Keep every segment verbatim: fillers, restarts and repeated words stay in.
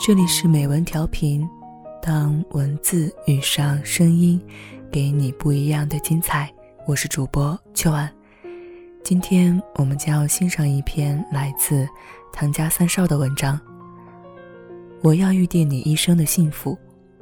这里是美文调频，当文字遇上声音，给你不一样的精彩。我是主播秋安。今天我们将要欣赏一篇来自唐家三少的文章。我要预定你一生的幸福。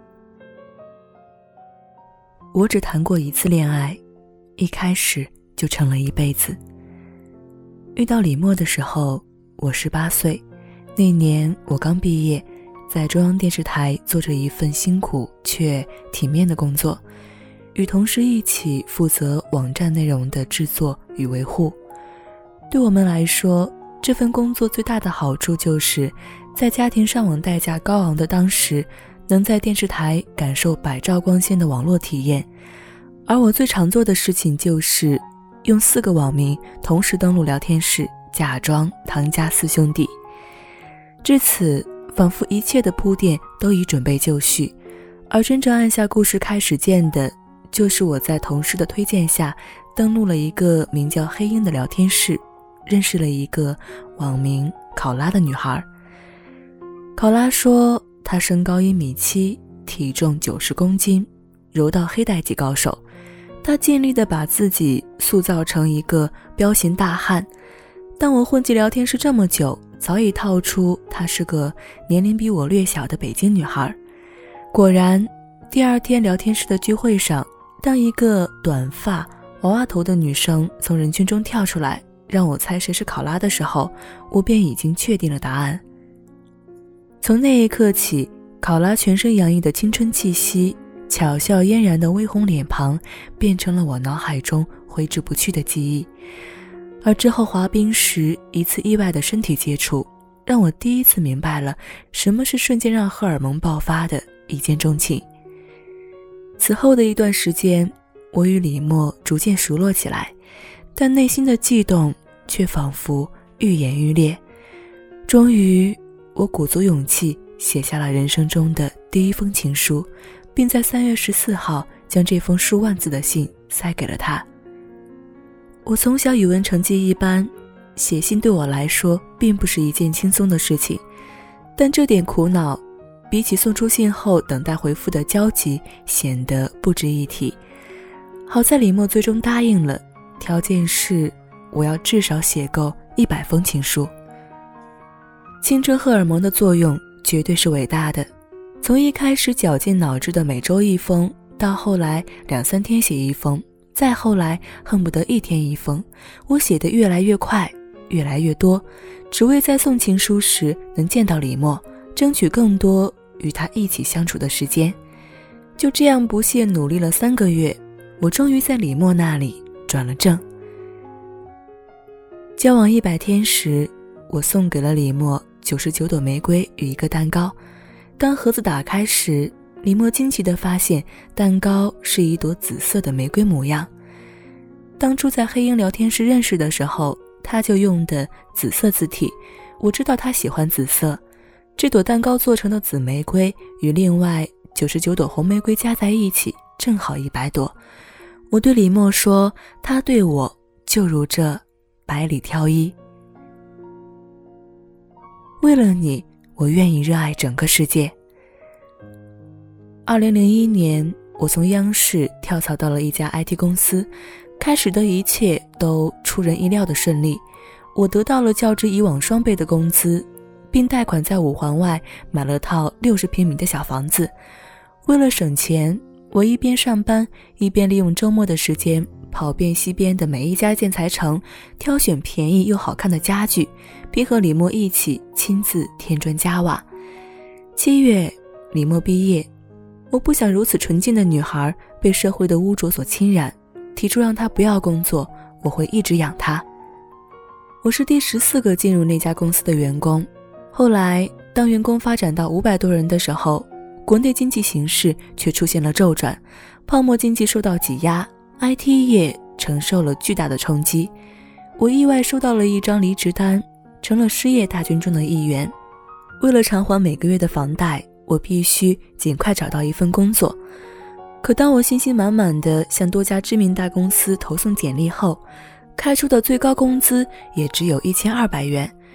我只谈过一次恋爱，一开始就成了一辈子。遇到李默的时候，我十八岁，那年我刚毕业，在中央电视台做着一份辛苦却体面的工作，与同事一起负责网站内容的制作与维护。对我们来说，这份工作最大的好处就是在家庭上网代价高昂的当时，能在电视台感受百兆光纤的网络体验。而我最常做的事情就是用四个网名同时登录聊天室，假装唐家四兄弟。至此，仿佛一切的铺垫都已准备就绪，而真正按下故事开始键的，就是我在同事的推荐下登录了一个名叫黑鹰的聊天室，认识了一个网名考拉的女孩。考拉说她身高一米七，体重九十公斤，柔道黑带级高手。她尽力地把自己塑造成一个彪形大汉，但我混迹聊天室这么久，早已套出她是个年龄比我略小的北京女孩。果然，第二天聊天室的聚会上，当一个短发娃娃头的女生从人群中跳出来让我猜谁是考拉的时候，我便已经确定了答案。从那一刻起，考拉全身洋溢的青春气息，巧笑嫣然的微红脸庞，变成了我脑海中挥之不去的记忆。而之后滑冰时一次意外的身体接触，让我第一次明白了什么是瞬间让荷尔蒙爆发的一见钟情。此后的一段时间，我与李默逐渐熟络起来，但内心的悸动却仿佛愈演愈烈。终于，我鼓足勇气写下了人生中的第一封情书，并在三月十四号将这封数万字的信塞给了他。我从小语文成绩一般，写信对我来说并不是一件轻松的事情，但这点苦恼比起送出信后等待回复的焦急显得不值一提。好在李默最终答应了，条件是我要至少写够一百封情书。青春荷尔蒙的作用绝对是伟大的，从一开始绞尽脑汁的每周一封，到后来两三天写一封，再后来恨不得一天一封，我写得越来越快，越来越多，只为在送情书时能见到李默，争取更多与他一起相处的时间。就这样不懈努力了三个月，我终于在李默那里转了正。交往一百天时，我送给了李默九十九朵玫瑰与一个蛋糕。当盒子打开时，李默惊奇地发现蛋糕是一朵紫色的玫瑰模样。当初在黑鹰聊天室认识的时候，他就用的紫色字体，我知道他喜欢紫色。这朵蛋糕做成的紫玫瑰与另外九十九朵红玫瑰加在一起，正好一百朵。我对李默说，他对我就如这百里挑一。为了你，我愿意热爱整个世界。二零零一年，我从央视跳槽到了一家 I T 公司，开始的一切都出人意料的顺利。我得到了较之以往双倍的工资，并贷款在五环外买了套六十平米的小房子。为了省钱，我一边上班，一边利用周末的时间跑遍西边的每一家建材城，挑选便宜又好看的家具，并和李默一起亲自添砖加瓦。七月，李默毕业，我不想如此纯净的女孩被社会的污浊所侵染，提出让她不要工作，我会一直养她。我是第十四个进入那家公司的员工。后来，当员工发展到五百多人的时候，国内经济形势却出现了骤转，泡沫经济受到挤压， I T 业承受了巨大的冲击。我意外收到了一张离职单，成了失业大军中的一员。为了偿还每个月的房贷，我必须尽快找到一份工作。可当我信心满满地向多家知名大公司投送简历后，开出的最高工资也只有一千二百元。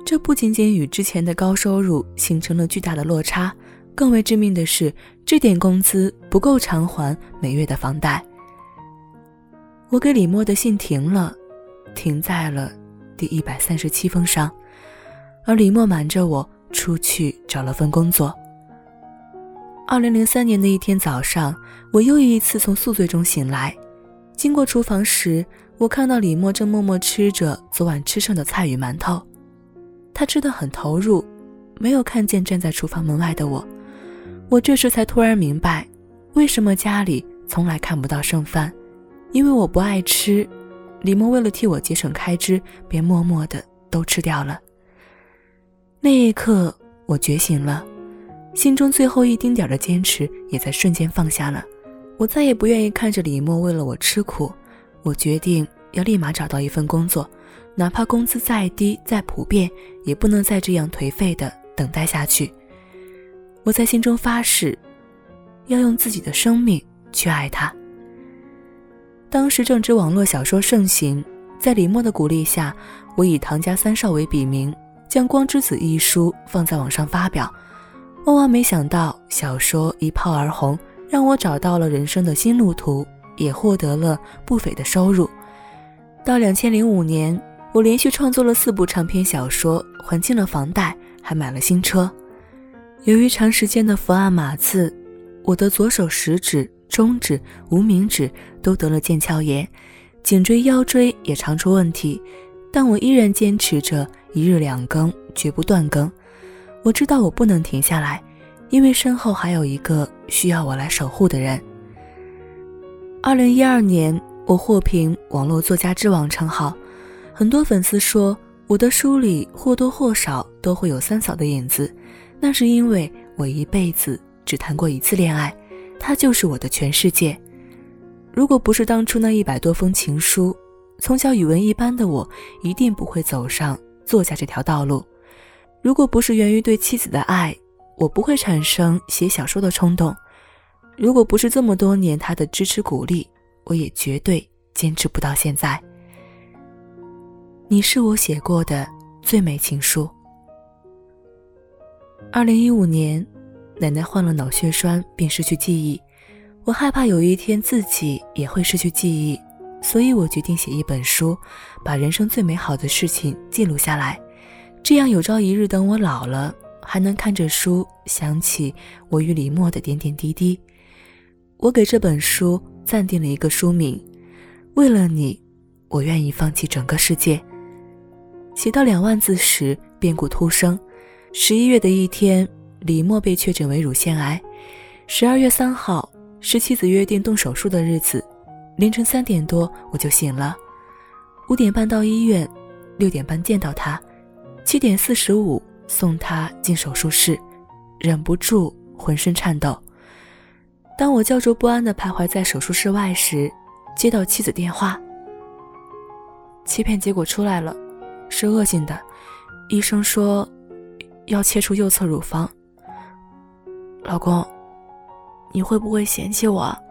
这不仅仅与之前的高收入形成了巨大的落差，更为致命的是，这点工资不够偿还每月的房贷。我给李默的信停了，停在了第一百三十七封上，而李默瞒着我出去找了份工作。二零零三年的一天早上，我又一次从宿醉中醒来，经过厨房时，我看到李默正默默吃着昨晚吃剩的菜与馒头。他吃得很投入，没有看见站在厨房门外的我。我这时才突然明白，为什么家里从来看不到剩饭，因为我不爱吃，李默为了替我节省开支，便默默地都吃掉了。那一刻我觉醒了，心中最后一丁点的坚持也在瞬间放下了。我再也不愿意看着李默为了我吃苦，我决定要立马找到一份工作，哪怕工资再低再普遍，也不能再这样颓废地等待下去。我在心中发誓，要用自己的生命去爱他。当时正值网络小说盛行，在李默的鼓励下，我以唐家三少为笔名，将《光之子》一书放在网上发表。万万没想到，小说一炮而红，让我找到了人生的新路途，也获得了不菲的收入。到二千零五年，我连续创作了四部长篇小说，还清了房贷，还买了新车。由于长时间的伏案码字，我的左手食指、中指、无名指都得了腱鞘炎，颈椎腰椎也常出问题，但我依然坚持着一日两更，绝不断更。我知道我不能停下来，因为身后还有一个需要我来守护的人。二零一二年，我获评网络作家之王称号，很多粉丝说我的书里或多或少都会有三嫂的影子，那是因为我一辈子只谈过一次恋爱，它就是我的全世界。如果不是当初那一百多封情书，从小语文一般的我一定不会走上作家这条道路。如果不是源于对妻子的爱，我不会产生写小说的冲动。如果不是这么多年他的支持鼓励，我也绝对坚持不到现在。你是我写过的最美情书。二零一五年，奶奶患了脑血栓并失去记忆，我害怕有一天自己也会失去记忆，所以我决定写一本书，把人生最美好的事情记录下来，这样有朝一日等我老了，还能看着书想起我与李默的点点滴滴。我给这本书暂定了一个书名，为了你，我愿意放弃整个世界。写到两万字时，变故突生。十一月的一天，李默被确诊为乳腺癌。十二月三号是妻子约定动手术的日子，凌晨三点多我就醒了。五点半到医院，六点半见到他，七点四十五送他进手术室，忍不住浑身颤抖。当我焦灼不安地徘徊在手术室外时，接到妻子电话，切片结果出来了，是恶性的，医生说要切除右侧乳房。老公，你会不会嫌弃我啊？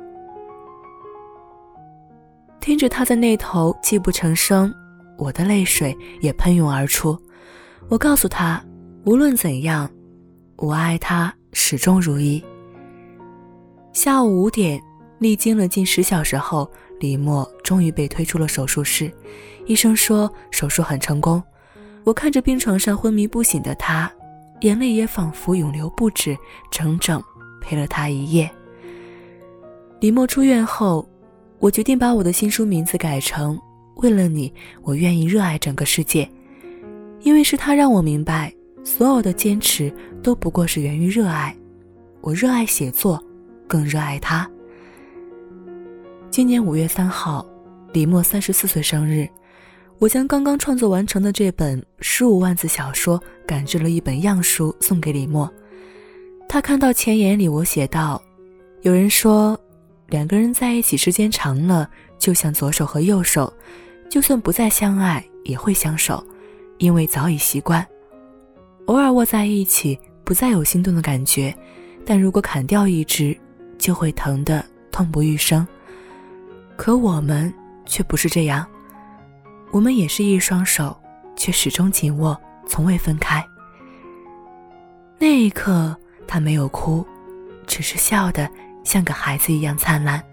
听着他在那头泣不成声，我的泪水也喷涌而出。我告诉他，无论怎样，我爱他始终如一。下午五点，历经了近十小时后，李默终于被推出了手术室。医生说手术很成功。我看着病床上昏迷不醒的他，眼泪也仿佛涌流不止，整整陪了他一夜。李默出院后，我决定把我的新书名字改成为了你，我愿意热爱整个世界。因为是他让我明白，所有的坚持都不过是源于热爱。我热爱写作，更热爱他。今年五月三号，李默三十四岁生日，我将刚刚创作完成的这本十五万字小说赶制了一本样书送给李默。他看到前言里我写道，有人说两个人在一起时间长了，就像左手和右手，就算不再相爱也会相守，因为早已习惯。偶尔握在一起不再有心动的感觉，但如果砍掉一只，就会疼得痛不欲生。可我们却不是这样，我们也是一双手，却始终紧握， 从未分开。那一刻他没有哭，只是笑得像个孩子一样灿烂。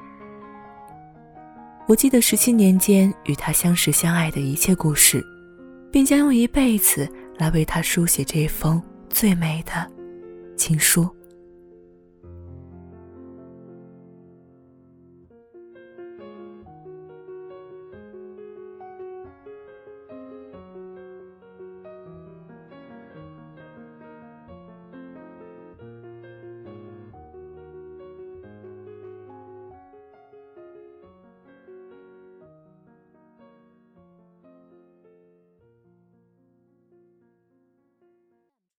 我记得十七年间与他相识相爱的一切故事，并将用一辈子来为他书写这封最美的情书。